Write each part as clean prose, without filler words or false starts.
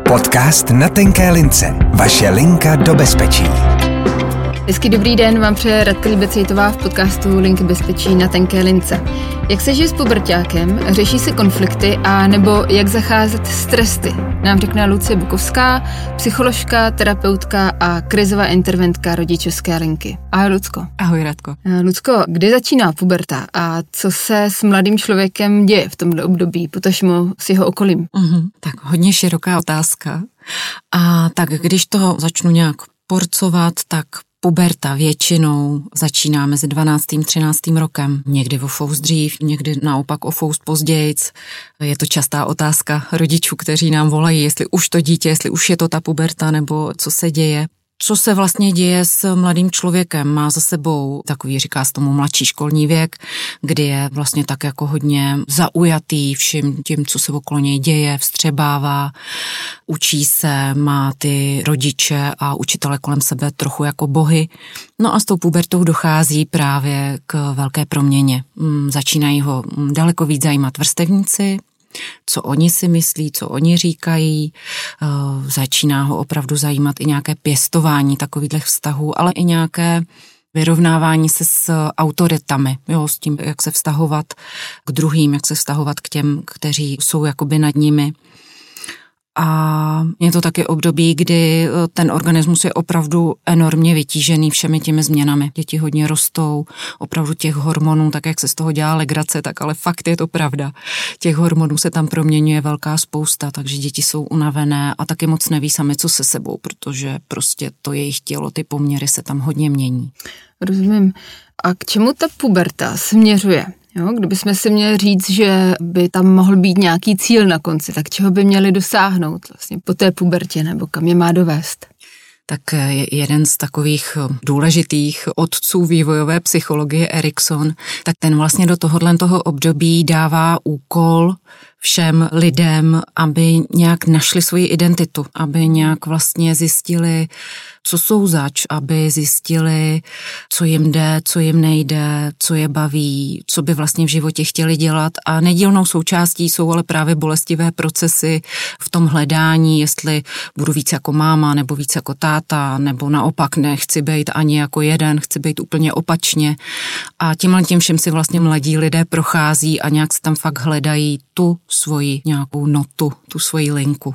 Podcast Na tenké lince. Vaše linka do bezpečí. Hezký dobrý den, vám přeje Radka Líbecejtová v podcastu Linky bezpečí na tenké lince. Jak se žije s puberťákem, řeší se konflikty a nebo jak zacházet s tresty, nám řekne Lucie Bukovská, psycholožka, terapeutka a krizová interventka rodičovské linky. Ahoj Lucko. Ahoj Radko. Lucko, kdy začíná puberta a co se s mladým člověkem děje v tomto období, potažmo s jeho okolím? Tak hodně široká otázka. A tak když to začnu nějak porcovat, tak puberta většinou začíná mezi 12. a 13. rokem. Někdy o fous dřív, někdy naopak o fous pozdějc. Je to častá otázka rodičů, kteří nám volají, jestli už to dítě, jestli už je to ta puberta, nebo co se děje. Co se vlastně děje s mladým člověkem? Má za sebou takový, říká se tomu, mladší školní věk, kdy je vlastně tak jako hodně zaujatý vším tím, co se okolo něj děje, vstřebává, učí se, má ty rodiče a učitele kolem sebe trochu jako bohy. No a s tou pubertou dochází právě k velké proměně. Začínají ho daleko víc zajímat vrstevníci, co oni si myslí, co oni říkají, začíná ho opravdu zajímat i nějaké pěstování takových vztahů, ale i nějaké vyrovnávání se s autoritami, jo, s tím, jak se vztahovat k druhým, jak se vztahovat k těm, kteří jsou jakoby nad nimi. A je to taky období, kdy ten organismus je opravdu enormně vytížený všemi těmi změnami. Děti hodně rostou, opravdu těch hormonů, tak jak se z toho dělá legrace, tak ale fakt je to pravda. Těch hormonů se tam proměňuje velká spousta, takže děti jsou unavené a taky moc neví sami, co se sebou, protože prostě to jejich tělo, ty poměry se tam hodně mění. Rozumím. A k čemu ta puberta směřuje? Jo, kdybychom si měli říct, že by tam mohl být nějaký cíl na konci, tak čeho by měli dosáhnout vlastně po té pubertě nebo kam je má dovést? Tak jeden z takových důležitých otců vývojové psychologie Erikson, tak ten vlastně do toho období dává úkol všem lidem, aby nějak našli svoji identitu, aby nějak vlastně zjistili, co jsou zač, aby zjistili, co jim jde, co jim nejde, co je baví, co by vlastně v životě chtěli dělat a nedílnou součástí jsou ale právě bolestivé procesy v tom hledání, jestli budu víc jako máma nebo víc jako táta, nebo naopak nechci být ani jako jeden, chci být úplně opačně a tím všem si vlastně mladí lidé prochází a nějak se tam fakt hledají tu svoji nějakou notu, tu svoji linku.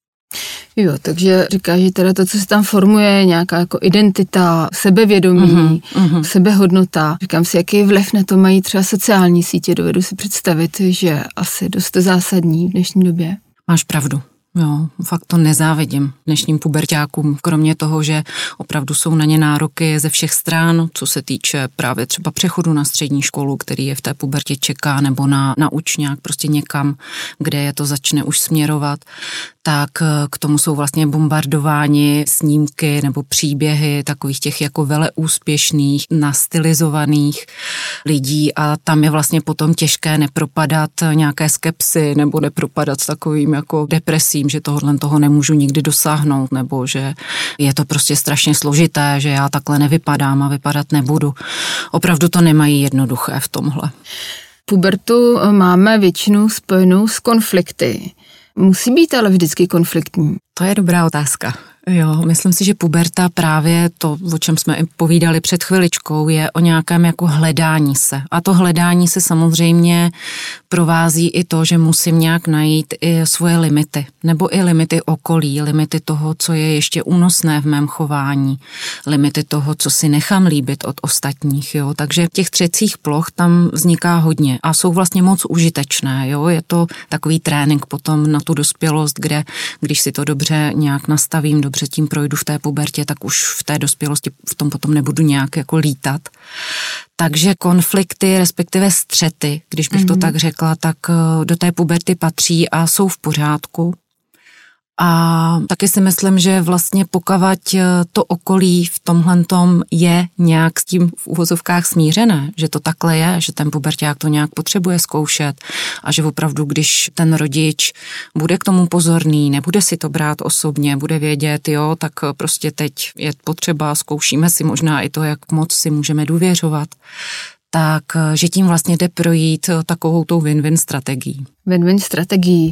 Jo, takže říká, že teda to, co se tam formuje, nějaká jako identita, sebevědomí, sebehodnota. Říkám si, jaký vliv na to mají třeba sociální sítě. Dovedu si představit, že asi dost zásadní v dnešní době. Máš pravdu. Jo, fakt to nezávidím dnešním puberťákům, kromě toho, že opravdu jsou na ně nároky ze všech stran, co se týče právě třeba přechodu na střední školu, který je v té pubertě čeká, nebo na učňák, prostě někam, kde je to začne už směrovat, tak k tomu jsou vlastně bombardováni snímky nebo příběhy takových těch jako veleúspěšných, nastylizovaných lidí a tam je vlastně potom těžké nepropadat nějaké skepsy nebo nepropadat takovým jako depresím, že toho nemůžu nikdy dosáhnout, nebo že je to prostě strašně složité, že já takhle nevypadám a vypadat nebudu. Opravdu to nemají jednoduché v tomhle. Pubertu máme většinou spojenou s konflikty. Musí být ale vždycky konfliktní. To je dobrá otázka. Jo, myslím si, že puberta právě to, o čem jsme i povídali před chviličkou, je o nějakém jako hledání se. A to hledání se samozřejmě provází i to, že musím nějak najít i svoje limity. Nebo i limity okolí, limity toho, co je ještě únosné v mém chování, limity toho, co si nechám líbit od ostatních. Jo. Takže těch třecích ploch tam vzniká hodně a jsou vlastně moc užitečné. Jo. Je to takový trénink potom na tu dospělost, kde když si to dobře nějak nastavím, dobře tím projdu v té pubertě, tak už v té dospělosti v tom potom nebudu nějak jako lítat. Takže konflikty, respektive střety, když bych to tak řekla, tak do té puberty patří a jsou v pořádku. A taky si myslím, že vlastně pokavať to okolí v tomhletom je nějak s tím v uvozovkách smířené, že to takhle je, že ten puberťák to nějak potřebuje zkoušet a že opravdu, když ten rodič bude k tomu pozorný, nebude si to brát osobně, bude vědět, jo, tak prostě teď je potřeba, zkoušíme si možná i to, jak moc si můžeme důvěřovat, tak že tím vlastně jde projít takovou tou win-win strategií. Win-win strategií.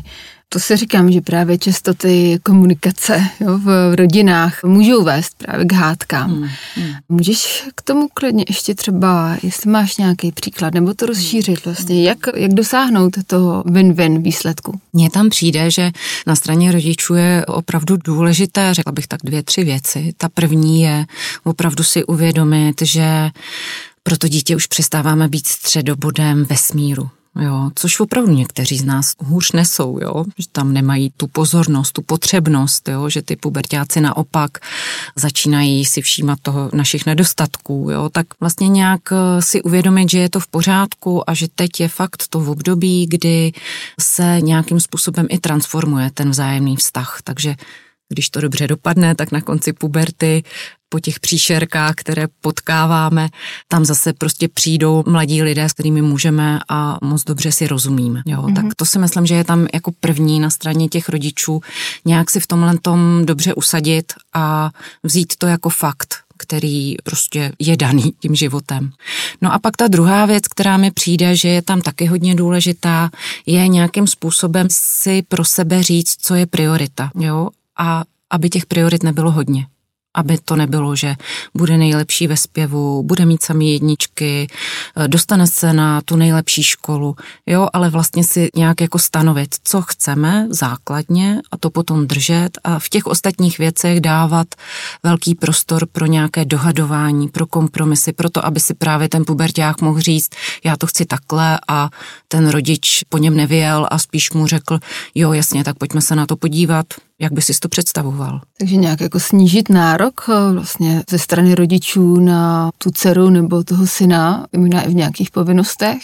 To si říkám, že právě často ty komunikace v rodinách můžou vést právě k hádkám. Můžeš k tomu klidně ještě třeba, jestli máš nějaký příklad, nebo to rozšířit vlastně, jak dosáhnout toho win-win výsledku? Mně tam přijde, že na straně rodičů je opravdu důležité, řekla bych tak 2-3 věci. Ta první je opravdu si uvědomit, že pro to dítě už přestáváme být středobodem vesmíru. Jo, což opravdu někteří z nás hůř nesou, jo, že tam nemají tu pozornost, tu potřebnost, jo, že ty puberťáci naopak začínají si všímat toho našich nedostatků, jo, tak vlastně nějak si uvědomit, že je to v pořádku a že teď je fakt to v období, kdy se nějakým způsobem i transformuje ten vzájemný vztah, takže když to dobře dopadne, tak na konci puberty po těch příšerkách, které potkáváme, tam zase prostě přijdou mladí lidé, s kterými můžeme a moc dobře si rozumíme. Jo, tak to si myslím, že je tam jako první na straně těch rodičů nějak si v tomhle tom dobře usadit a vzít to jako fakt, který prostě je daný tím životem. No a pak ta druhá věc, která mi přijde, že je tam taky hodně důležitá, je nějakým způsobem si pro sebe říct, co je priorita. Jo? A aby těch priorit nebylo hodně. Aby to nebylo, že bude nejlepší ve zpěvu, bude mít samý jedničky, dostane se na tu nejlepší školu, jo, ale vlastně si nějak jako stanovit, co chceme základně a to potom držet a v těch ostatních věcech dávat velký prostor pro nějaké dohadování, pro kompromisy, pro to, aby si právě ten puberťák mohl říct, já to chci takhle a ten rodič po něm nevyjel a spíš mu řekl, jo, jasně, tak pojďme se na to podívat. Jak by si to představoval? Takže nějak jako snížit nárok vlastně ze strany rodičů na tu dceru nebo toho syna, možná i v nějakých povinnostech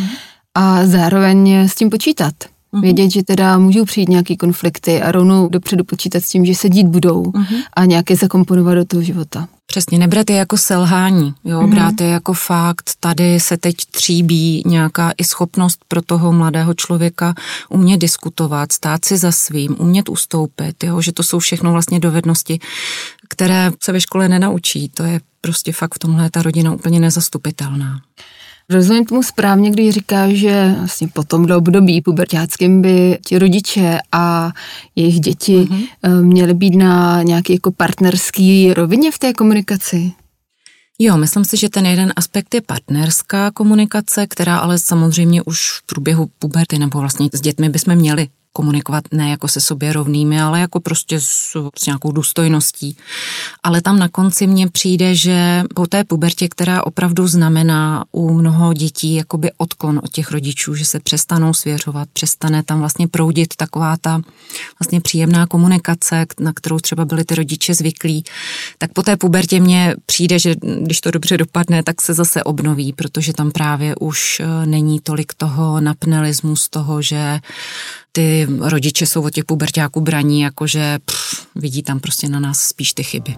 a zároveň s tím počítat. Vědět, že teda můžou přijít nějaký konflikty a rovnou dopředu počítat s tím, že se dít budou a nějaké zakomponovat do toho života. Přesně, nebrat je jako selhání, jo, brát je jako fakt, tady se teď tříbí nějaká i schopnost pro toho mladého člověka umět diskutovat, stát si za svým, umět ustoupit, jo, že to jsou všechno vlastně dovednosti, které se ve škole nenaučí, to je prostě fakt v tomhle ta rodina úplně nezastupitelná. Rozumím tomu správně, když říká, že vlastně po tomhle období puberťáckým by ti rodiče a jejich děti měly být na nějaké jako partnerský rovině v té komunikaci? Jo, myslím si, že ten jeden aspekt je partnerská komunikace, která ale samozřejmě už v průběhu puberty nebo vlastně s dětmi bychom měli komunikovat ne jako se sobě rovnými, ale jako prostě s nějakou důstojností. Ale tam na konci mně přijde, že po té pubertě, která opravdu znamená u mnoho dětí jakoby odklon od těch rodičů, že se přestanou svěřovat, přestane tam vlastně proudit taková ta vlastně příjemná komunikace, na kterou třeba byli ty rodiče zvyklí, tak po té pubertě mně přijde, že když to dobře dopadne, tak se zase obnoví, protože tam právě už není tolik toho napnelismu z toho, že ty rodiče jsou od těch puberťáků braní, jakože vidí tam prostě na nás spíš ty chyby.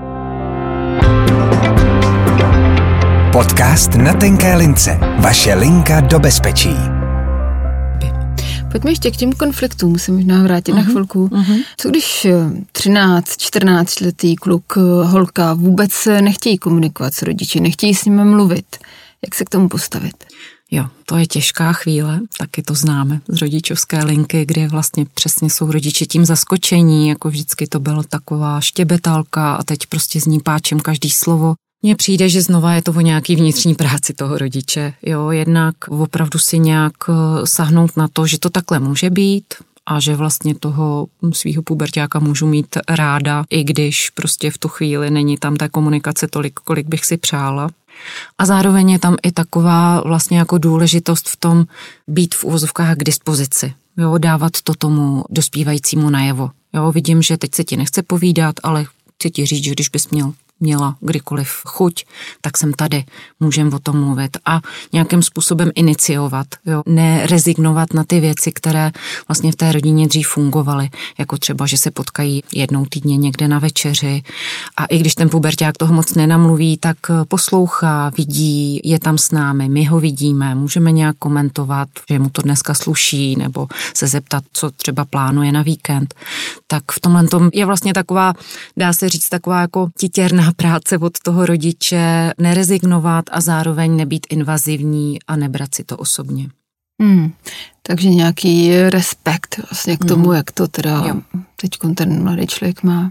Podcast Na tenké lince. Vaše linka do bezpečí. Pojďme ještě k těm konfliktům, musím možná vrátit na chvilku. Co když 13-14letý kluk, holka vůbec nechtějí komunikovat s rodiči, nechtějí s nimi mluvit? Jak se k tomu postavit? Jo, to je těžká chvíle, taky to známe z rodičovské linky, kde vlastně přesně jsou rodiče tím zaskočení, jako vždycky to byla taková štěbetalka a teď prostě zní páčem každý slovo. Mně přijde, že znova je to o nějaký vnitřní práci toho rodiče, jo, jednak opravdu si nějak sahnout na to, že to takhle může být a že vlastně toho svýho puberťáka můžu mít ráda, i když prostě v tu chvíli není tam té komunikace tolik, kolik bych si přála. A zároveň je tam i taková vlastně jako důležitost v tom být v uvozovkách k dispozici, jo, dávat to tomu dospívajícímu najevo. Jo, vidím, že teď se ti nechce povídat, ale chci ti říct, že když bys měla kdykoliv chuť, tak jsem tady, můžeme o tom mluvit a nějakým způsobem iniciovat, jo, nerezignovat na ty věci, které vlastně v té rodině dřív fungovaly, jako třeba, že se potkají jednou týdně někde na večeři a i když ten puberťák toho moc nenamluví, tak poslouchá, vidí, je tam s námi, my ho vidíme, můžeme nějak komentovat, že mu to dneska sluší, nebo se zeptat, co třeba plánuje na víkend. Tak v tomhle tom je vlastně taková, dá se říct, taková jako titěrná práce od toho rodiče, nerezignovat a zároveň nebýt invazivní a nebrat si to osobně. Takže nějaký respekt vlastně k tomu, jak to teda teďkon ten mladý člověk má.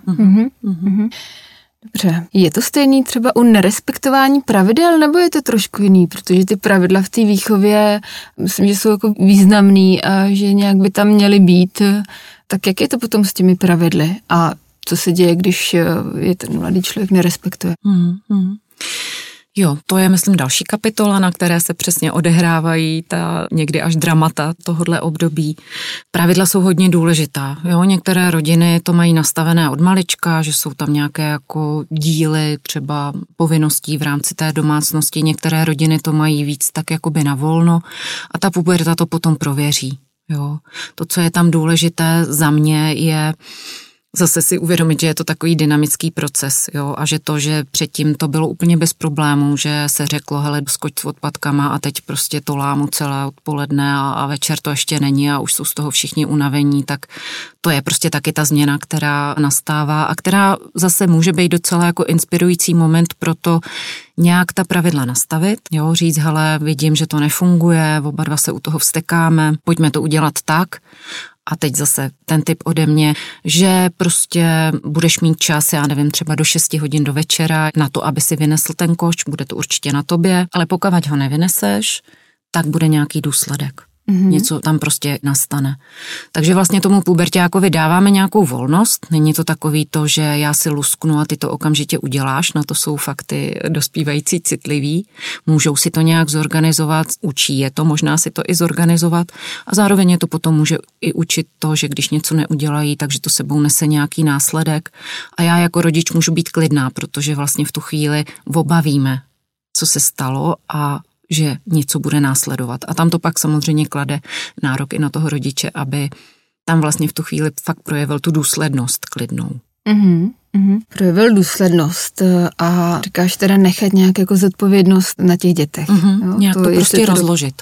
Dobře. Je to stejný třeba u nerespektování pravidel, nebo je to trošku jiný? Protože ty pravidla v té výchově, myslím, že jsou jako významný a že nějak by tam měly být. Tak jak je to potom s těmi pravidly? A co se děje, když je ten mladý člověk nerespektuje? Jo, to je, myslím, další kapitola, na které se přesně odehrávají ta někdy až dramata tohodle období. Pravidla jsou hodně důležitá. Jo, některé rodiny to mají nastavené od malička, že jsou tam nějaké jako díly, třeba povinností v rámci té domácnosti. Některé rodiny to mají víc tak jakoby na volno a ta puberta to potom prověří. Jo. To, co je tam důležité za mě, je zase si uvědomit, že je to takový dynamický proces, jo, a že to, že předtím to bylo úplně bez problémů, že se řeklo, hele, skoč s odpadkama a teď prostě to lámu celé odpoledne a večer to ještě není a už jsou z toho všichni unavení, tak to je prostě taky ta změna, která nastává a která zase může být docela jako inspirující moment pro to nějak ta pravidla nastavit, jo, říct, hele, vidím, že to nefunguje, oba dva se u toho vztekáme, pojďme to udělat tak. A teď zase ten tip ode mě, že prostě budeš mít čas, já nevím, třeba do 6 hodin do večera na to, aby si vynesl ten koš, bude to určitě na tobě, ale pokud ho nevyneseš, tak bude nějaký důsledek. Něco tam prostě nastane. Takže vlastně tomu puberťákovi dáváme nějakou volnost, není to takový to, že já si lusknu a ty to okamžitě uděláš, na to jsou fakt ty dospívající citliví, můžou si to nějak zorganizovat, učí je to, možná si to i zorganizovat a zároveň je to potom může i učit to, že když něco neudělají, takže to sebou nese nějaký následek a já jako rodič můžu být klidná, protože vlastně v tu chvíli obavíme, co se stalo a že něco bude následovat. A tam to pak samozřejmě klade nárok i na toho rodiče, aby tam vlastně v tu chvíli fakt projevil tu důslednost klidnou. Projevil důslednost a říkáš teda nechat nějak jako zodpovědnost na těch dětech. Jo? Nějak to prostě rozložit.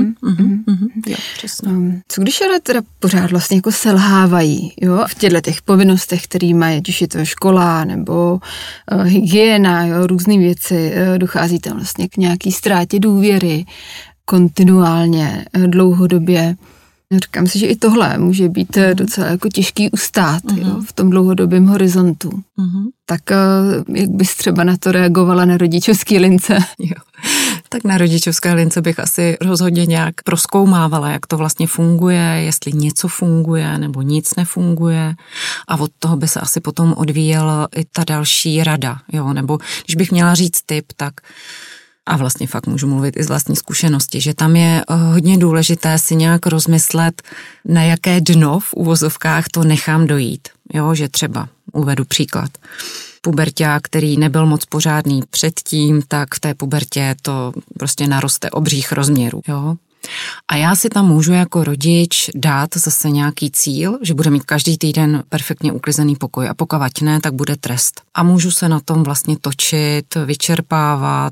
Jo, přesně. Co když ale teda pořád vlastně jako selhávají, jo? V těchto těch povinnostech, které mají, ať už je to škola nebo hygiena, jo? Různé věci, dochází tam vlastně k nějaký ztrátě důvěry kontinuálně, dlouhodobě. Říkám si, že i tohle může být docela jako těžký ustát jo, v tom dlouhodobém horizontu. Tak jak bys třeba na to reagovala na rodičovský lince? Jo. Tak na rodičovské lince bych asi rozhodně nějak prozkoumávala, jak to vlastně funguje, jestli něco funguje nebo nic nefunguje a od toho by se asi potom odvíjela i ta další rada, jo, nebo když bych měla říct tip, tak a vlastně fakt můžu mluvit i z vlastní zkušenosti, že tam je hodně důležité si nějak rozmyslet, na jaké dno v uvozovkách to nechám dojít. Jo, že třeba, uvedu příklad, puberťák, který nebyl moc pořádný předtím, tak v té pubertě to prostě naroste obřích rozměrů. Jo. A já si tam můžu jako rodič dát zase nějaký cíl, že bude mít každý týden perfektně uklizený pokoj a pokud ne, tak bude trest. A můžu se na tom vlastně točit, vyčerpávat.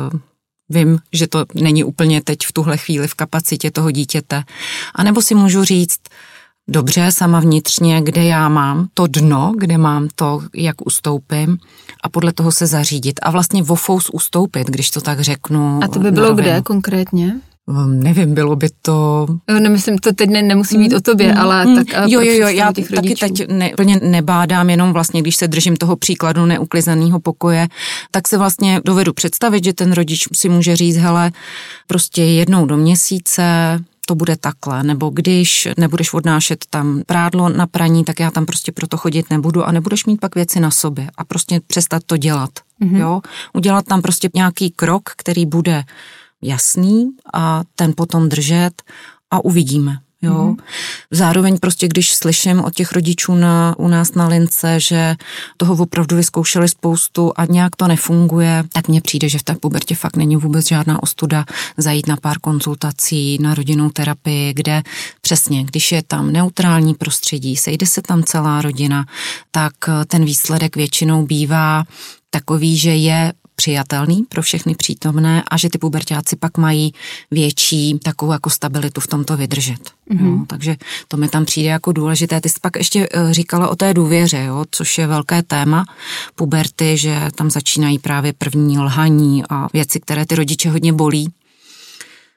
Vím, že to není úplně teď v tuhle chvíli v kapacitě toho dítěte. A nebo si můžu říct, dobře, sama vnitřně, kde já mám to dno, kde mám to, jak ustoupím a podle toho se zařídit. A vlastně vofous ustoupit, když to tak řeknu. A to by bylo kde konkrétně? Nevím, bylo by to... Nemyslím, to teď nemusí být o tobě, ale tak... Jo, já taky teď úplně nebádám, jenom vlastně, když se držím toho příkladu neuklizeného pokoje, tak se vlastně dovedu představit, že ten rodič si může říct, hele, prostě jednou do měsíce to bude takhle, nebo když nebudeš odnášet tam prádlo na praní, tak já tam prostě proto chodit nebudu a nebudeš mít pak věci na sobě a prostě přestat to dělat, jo? Udělat tam prostě nějaký krok, který bude jasný a ten potom držet a uvidíme. Jo. Zároveň prostě, když slyším od těch rodičů u nás na lince, že toho opravdu vyzkoušeli spoustu a nějak to nefunguje, tak mně přijde, že v té pubertě fakt není vůbec žádná ostuda zajít na pár konzultací, na rodinnou terapii, kde přesně, když je tam neutrální prostředí, sejde se tam celá rodina, tak ten výsledek většinou bývá takový, že je přijatelný pro všechny přítomné a že ty puberťáci pak mají větší takovou jako stabilitu v tomto vydržet. Jo, takže to mi tam přijde jako důležité. Ty jsi pak ještě říkala o té důvěře, jo, což je velké téma puberty, že tam začínají právě první lhaní a věci, které ty rodiče hodně bolí.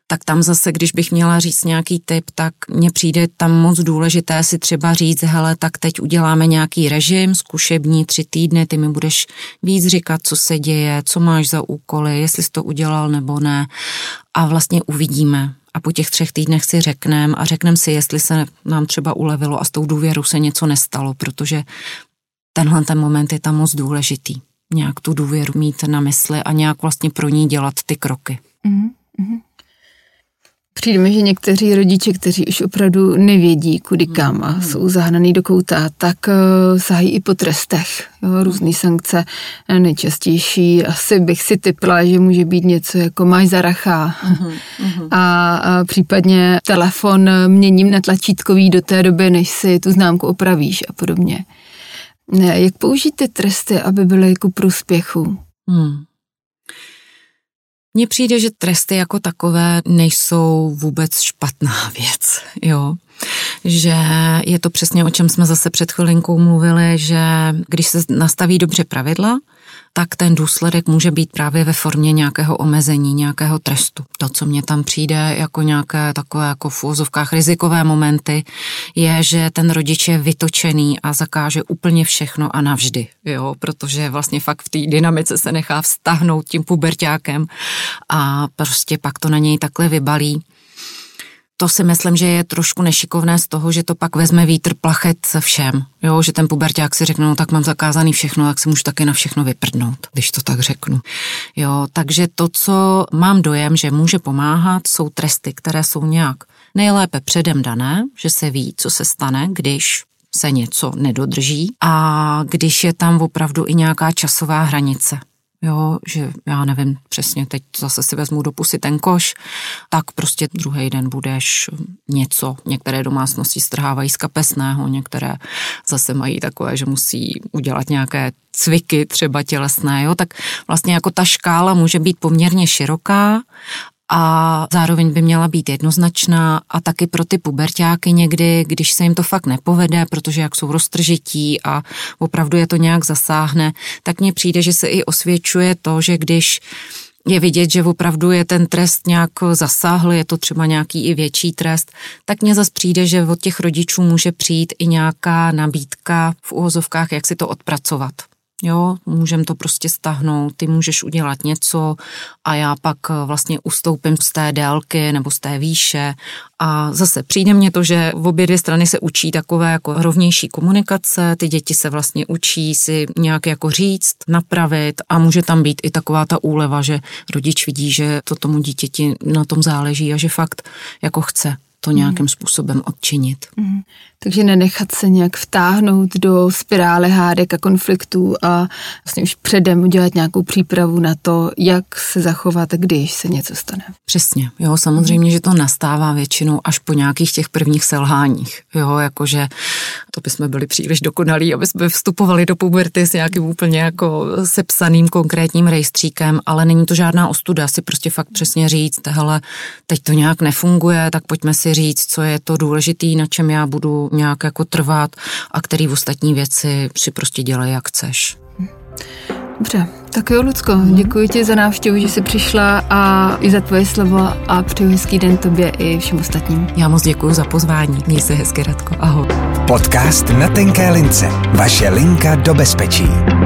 tak tam zase, když bych měla říct nějaký tip, tak mně přijde tam moc důležité si třeba říct, hele, tak teď uděláme nějaký režim, zkušební 3 týdny, ty mi budeš víc říkat, co se děje, co máš za úkoly, jestli jsi to udělal nebo ne a vlastně uvidíme. A po těch 3 týdnech si řekneme si, jestli se nám třeba ulevilo a s tou důvěrou se něco nestalo, protože tenhle ten moment je tam moc důležitý. Nějak tu důvěru mít na mysli a nějak vlastně pro ní dělat ty kroky. Mm-hmm. Přijde mi, že někteří rodiče, kteří už opravdu nevědí, kudy kam a jsou zahnaný do kouta, tak sahají i po trestech. Jo, různý sankce. Nejčastější asi bych si tipla, že může být něco jako máš za racha a případně telefon měním na tlačítkový do té doby, než si tu známku opravíš a podobně. Jak použít ty tresty, aby byly ku prospěchu? Mně přijde, že tresty jako takové nejsou vůbec špatná věc, jo. Že je to přesně, o čem jsme zase před chvilinkou mluvili, že když se nastaví dobře pravidla, tak ten důsledek může být právě ve formě nějakého omezení, nějakého trestu. To, co mně tam přijde jako nějaké takové jako v uvozovkách rizikové momenty, je, že ten rodič je vytočený a zakáže úplně všechno a navždy, jo, protože vlastně fakt v té dynamice se nechá vztahnout tím puberťákem a prostě pak to na něj takhle vybalí. To si myslím, že je trošku nešikovné z toho, že to pak vezme vítr plachet se všem. Jo, že ten puberťák si řekne, no tak mám zakázaný všechno, tak si můžu taky na všechno vyprdnout, když to tak řeknu. Jo, takže to, co mám dojem, že může pomáhat, jsou tresty, které jsou nějak nejlépe předem dané, že se ví, co se stane, když se něco nedodrží a když je tam opravdu i nějaká časová hranice. Jo, že já nevím přesně, teď zase si vezmu do pusy ten koš, tak prostě druhý den budeš něco. Některé domácnosti strhávají z kapesného, některé zase mají takové, že musí udělat nějaké cviky třeba tělesné, jo, tak vlastně jako ta škála může být poměrně široká a zároveň by měla být jednoznačná a taky pro ty puberťáky někdy, když se jim to fakt nepovede, protože jak jsou roztržití a opravdu je to nějak zasáhne, tak mně přijde, že se i osvědčuje to, že když je vidět, že opravdu je ten trest nějak zasáhl, je to třeba nějaký i větší trest, tak mně zas přijde, že od těch rodičů může přijít i nějaká nabídka v uvozovkách, jak si to odpracovat. Jo, můžem to prostě stáhnout, ty můžeš udělat něco a já pak vlastně ustoupím z té délky nebo z té výše a zase přijde mně to, že v obě dvě strany se učí takové jako rovnější komunikace, ty děti se vlastně učí si nějak jako říct, napravit a může tam být i taková ta úleva, že rodič vidí, že to tomu dítěti na tom záleží a že fakt jako chce to nějakým způsobem odčinit. Takže nenechat se nějak vtáhnout do spirály hádek a konfliktů a vlastně už předem udělat nějakou přípravu na to, jak se zachovat, když se něco stane. Přesně, jo, samozřejmě, že to nastává většinou až po nějakých těch prvních selháních, jo, jakože to bychom byli příliš dokonalí, aby jsme vstupovali do puberty s nějakým úplně jako sepsaným konkrétním rejstříkem, ale není to žádná ostuda, si prostě fakt přesně říct, hele, teď to nějak nefunguje, tak pojďme si říct, co je to důležitý, na čem já budu nějak jako trvat a který ostatní věci si prostě dělej, jak chceš. Dobře, tak jo, Lucko, děkuji ti za návštěvu, že jsi přišla a i za tvoje slovo a přeju hezký den tobě i všem ostatním. Já moc děkuji za pozvání. Měj se hezky, Radko. Ahoj. Podcast Na tenké lince. Vaše linka do bezpečí.